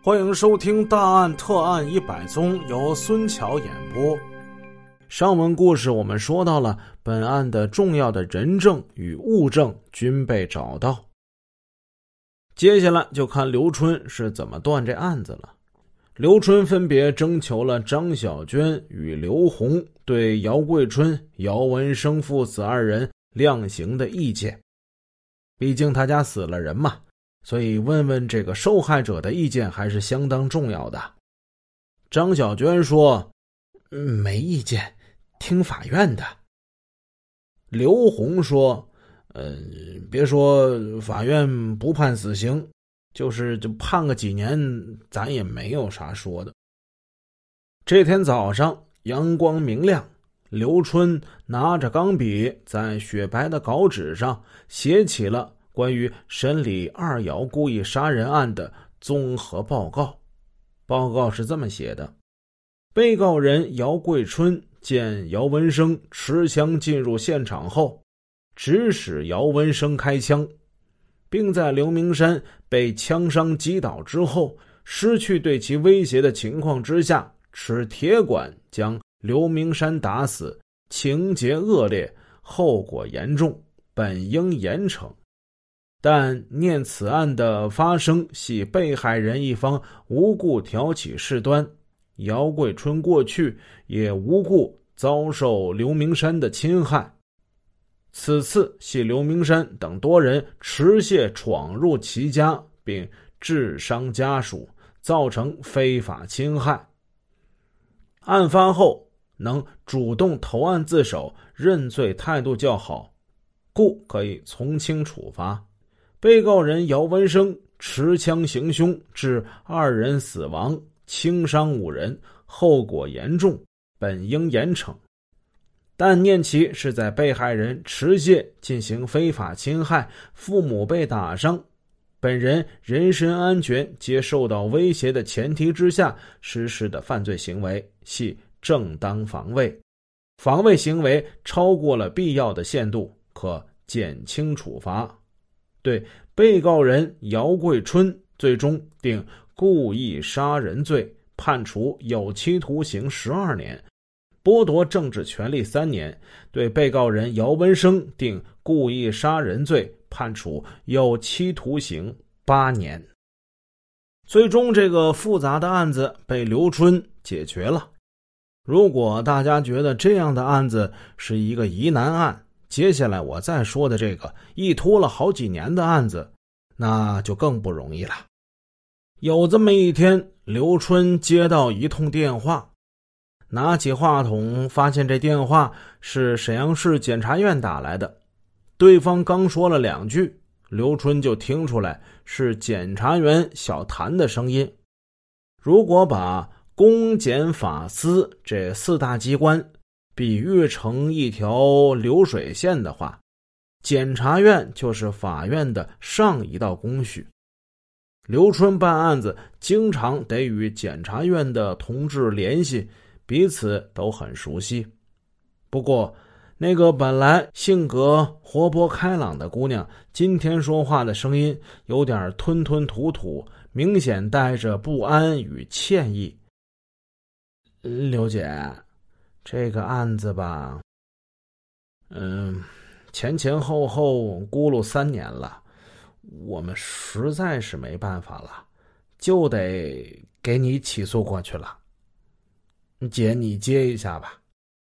欢迎收听大案特案100宗，由孙桥演播。上文故事我们说到了，本案的重要的人证与物证均被找到。接下来就看刘春是怎么断这案子了。刘春分别征求了张小娟与刘红对姚桂春、姚文生父子二人量刑的意见。毕竟他家死了人嘛，所以问问这个受害者的意见还是相当重要的。张小娟说，没意见，听法院的。刘红说，别说法院不判死刑，就判个几年，咱也没有啥说的。这天早上阳光明亮，刘春拿着钢笔在雪白的稿纸上写起了关于审理二姚故意杀人案的综合报告。报告是这么写的：被告人姚桂春见姚文生持枪进入现场后，指使姚文生开枪，并在刘明山被枪伤击倒之后，失去对其威胁的情况之下，持铁管将刘明山打死，情节恶劣，后果严重，本应严惩。但念此案的发生系被害人一方无故挑起事端，姚桂春过去也无故遭受刘明山的侵害，此次系刘明山等多人持械闯入其家并致伤家属，造成非法侵害。案发后能主动投案自首，认罪态度较好，故可以从轻处罚。被告人姚文生持枪行凶，致二人死亡，轻伤5人，后果严重，本应严惩。但念其是在被害人持械进行非法侵害，父母被打伤，本人人身安全皆受到威胁的前提之下实施的犯罪行为，系正当防卫。防卫行为超过了必要的限度，可减轻处罚。对被告人姚桂春最终定故意杀人罪，判处有期徒刑12年，剥夺政治权利3年。对被告人姚文生定故意杀人罪，判处有期徒刑8年。最终这个复杂的案子被刘春解决了。如果大家觉得这样的案子是一个疑难案，接下来我再说的这个一拖了好几年的案子，那就更不容易了。有这么一天，刘春接到一通电话，拿起话筒，发现这电话是沈阳市检察院打来的。对方刚说了2句，刘春就听出来是检察员小谭的声音。如果把公检法司这4大机关比喻成一条流水线的话，检察院就是法院的上一道工序。刘春办案子经常得与检察院的同志联系，彼此都很熟悉。不过那个本来性格活泼开朗的姑娘，今天说话的声音有点吞吞吐吐，明显带着不安与歉意。刘姐，这个案子吧，前后后咕噜3年了，我们实在是没办法了，就得给你起诉过去了。姐，你接一下吧。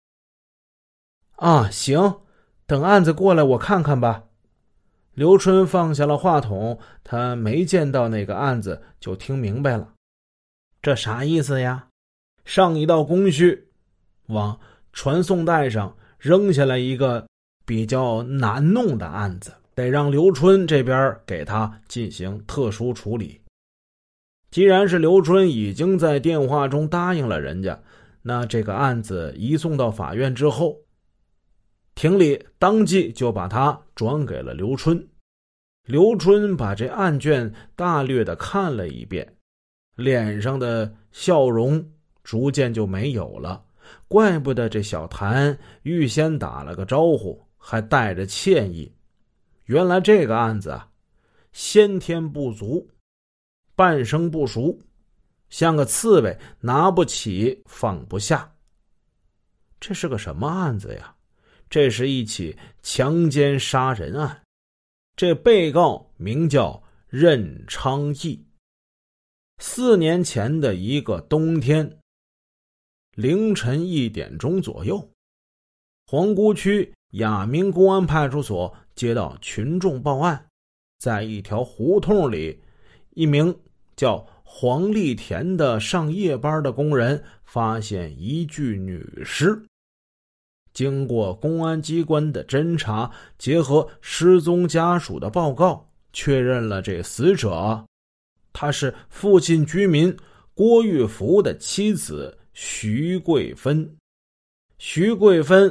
啊，行，等案子过来我看看吧。刘春放下了话筒，他没见到那个案子就听明白了。这啥意思呀？上一道工序，往传送带上扔下来一个比较难弄的案子，得让刘春这边给他进行特殊处理。既然是刘春已经在电话中答应了人家，那这个案子移送到法院之后，庭里当即就把他转给了刘春。刘春把这案卷大略的看了一遍，脸上的笑容逐渐就没有了。怪不得这小谭预先打了个招呼，还带着歉意。原来这个案子啊，先天不足，半生不熟， 像个刺猬，拿不起放不下。这是个什么案子呀？这是一起强奸杀人案。这被告名叫任昌义。4年前的一个冬天，凌晨1点钟左右，皇姑区雅明公安派出所接到群众报案，在一条胡同里，一名叫黄丽田的上夜班的工人发现一具女尸。经过公安机关的侦查，结合失踪家属的报告，确认了这死者他是附近居民郭玉福的妻子徐桂芬。徐桂芬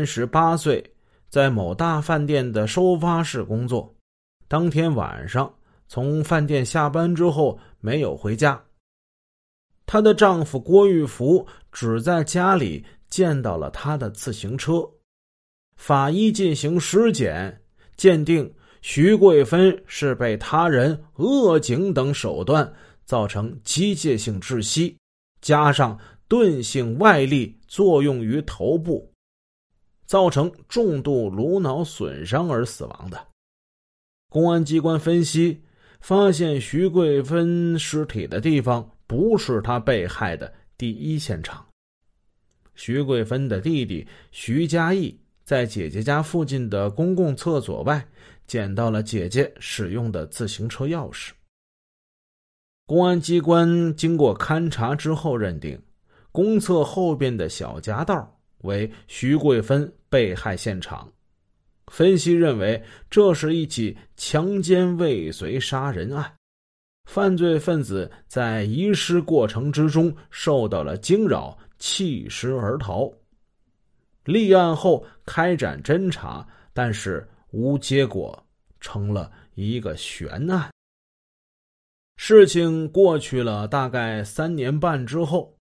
38岁，在某大饭店的收发室工作。当天晚上从饭店下班之后没有回家。她的丈夫郭玉福只在家里见到了她的自行车。法医进行尸检，鉴定徐桂芬是被他人扼颈等手段造成机械性窒息，加上钝性外力作用于头部，造成重度颅脑损伤而死亡的。公安机关分析发现，徐桂芬尸体的地方不是她被害的第一现场。徐桂芬的弟弟徐家义在姐姐家附近的公共厕所外捡到了姐姐使用的自行车钥匙。公安机关经过勘查之后认定，公厕后边的小夹道为徐桂芬被害现场。分析认为，这是一起强奸未遂杀人案，犯罪分子在遗失过程之中受到了惊扰，弃尸而逃。立案后开展侦查，但是无结果，成了一个悬案。事情过去了大概3年半之后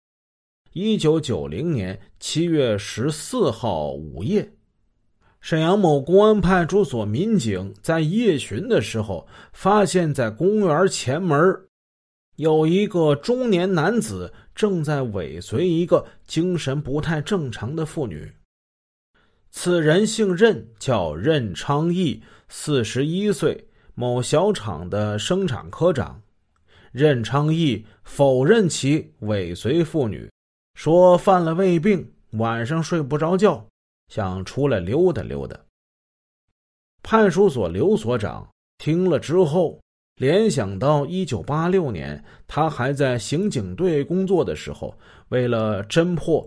，1990年7月14号午夜，沈阳某公安派出所民警在夜巡的时候，发现在公园前门有一个中年男子正在尾随一个精神不太正常的妇女。此人姓任，叫任昌义，41岁，某小厂的生产科长。任昌义否认其尾随妇女，说犯了胃病，晚上睡不着觉，想出来溜达溜达。派出所刘所长听了之后，联想到1986年他还在刑警队工作的时候，为了侦破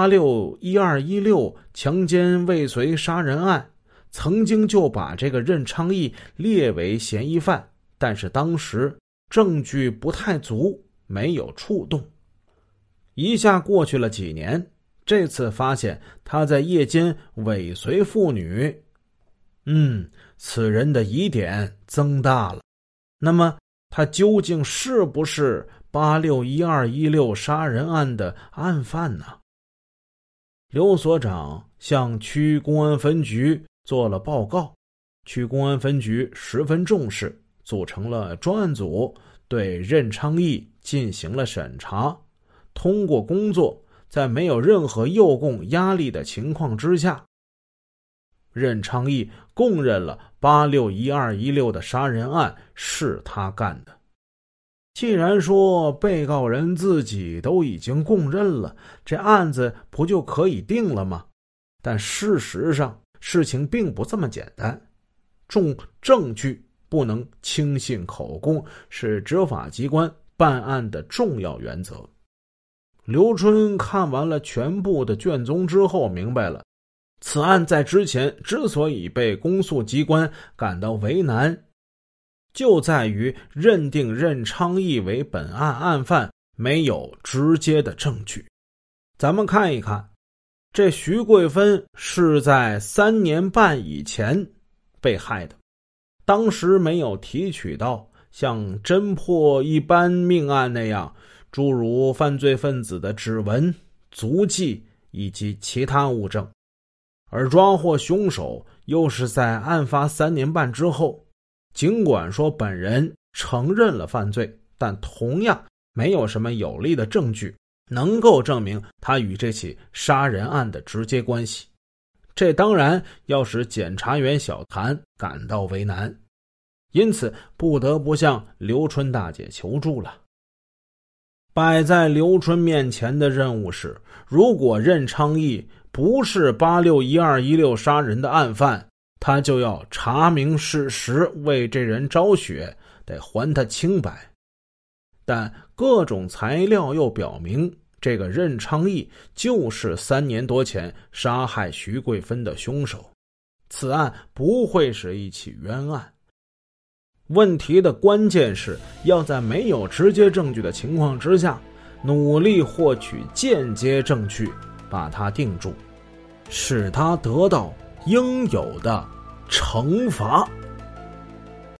861216强奸未遂杀人案，曾经就把这个任昌义列为嫌疑犯，但是当时证据不太足，没有触动。一下过去了几年，这次发现他在夜间尾随妇女，此人的疑点增大了。那么他究竟是不是861216杀人案的案犯呢？刘所长向区公安分局做了报告，区公安分局十分重视，组成了专案组，对任昌义进行了审查。通过工作，在没有任何诱供压力的情况之下，任昌义供认了861216的杀人案是他干的。既然说被告人自己都已经供认了，这案子不就可以定了吗？但事实上事情并不这么简单，重证据不能轻信口供，是执法机关办案的重要原则。刘春看完了全部的卷宗之后明白了，此案在之前之所以被公诉机关感到为难，就在于认定任昌义为本案案犯没有直接的证据。咱们看一看，这徐桂芬是在3年半以前被害的，当时没有提取到像侦破一般命案那样诸如犯罪分子的指纹、足迹以及其他物证，而抓获凶手又是在案发3年半之后。尽管说本人承认了犯罪，但同样没有什么有力的证据能够证明他与这起杀人案的直接关系，这当然要使检察员小谭感到为难，因此不得不向刘春大姐求助了。摆在刘春面前的任务是，如果任昌义不是861216杀人的案犯，他就要查明事实，为这人昭雪，得还他清白。但各种材料又表明，这个任昌义就是3年多前杀害徐桂芬的凶手，此案不会是一起冤案。问题的关键是要在没有直接证据的情况之下，努力获取间接证据，把他定住，使他得到应有的惩罚。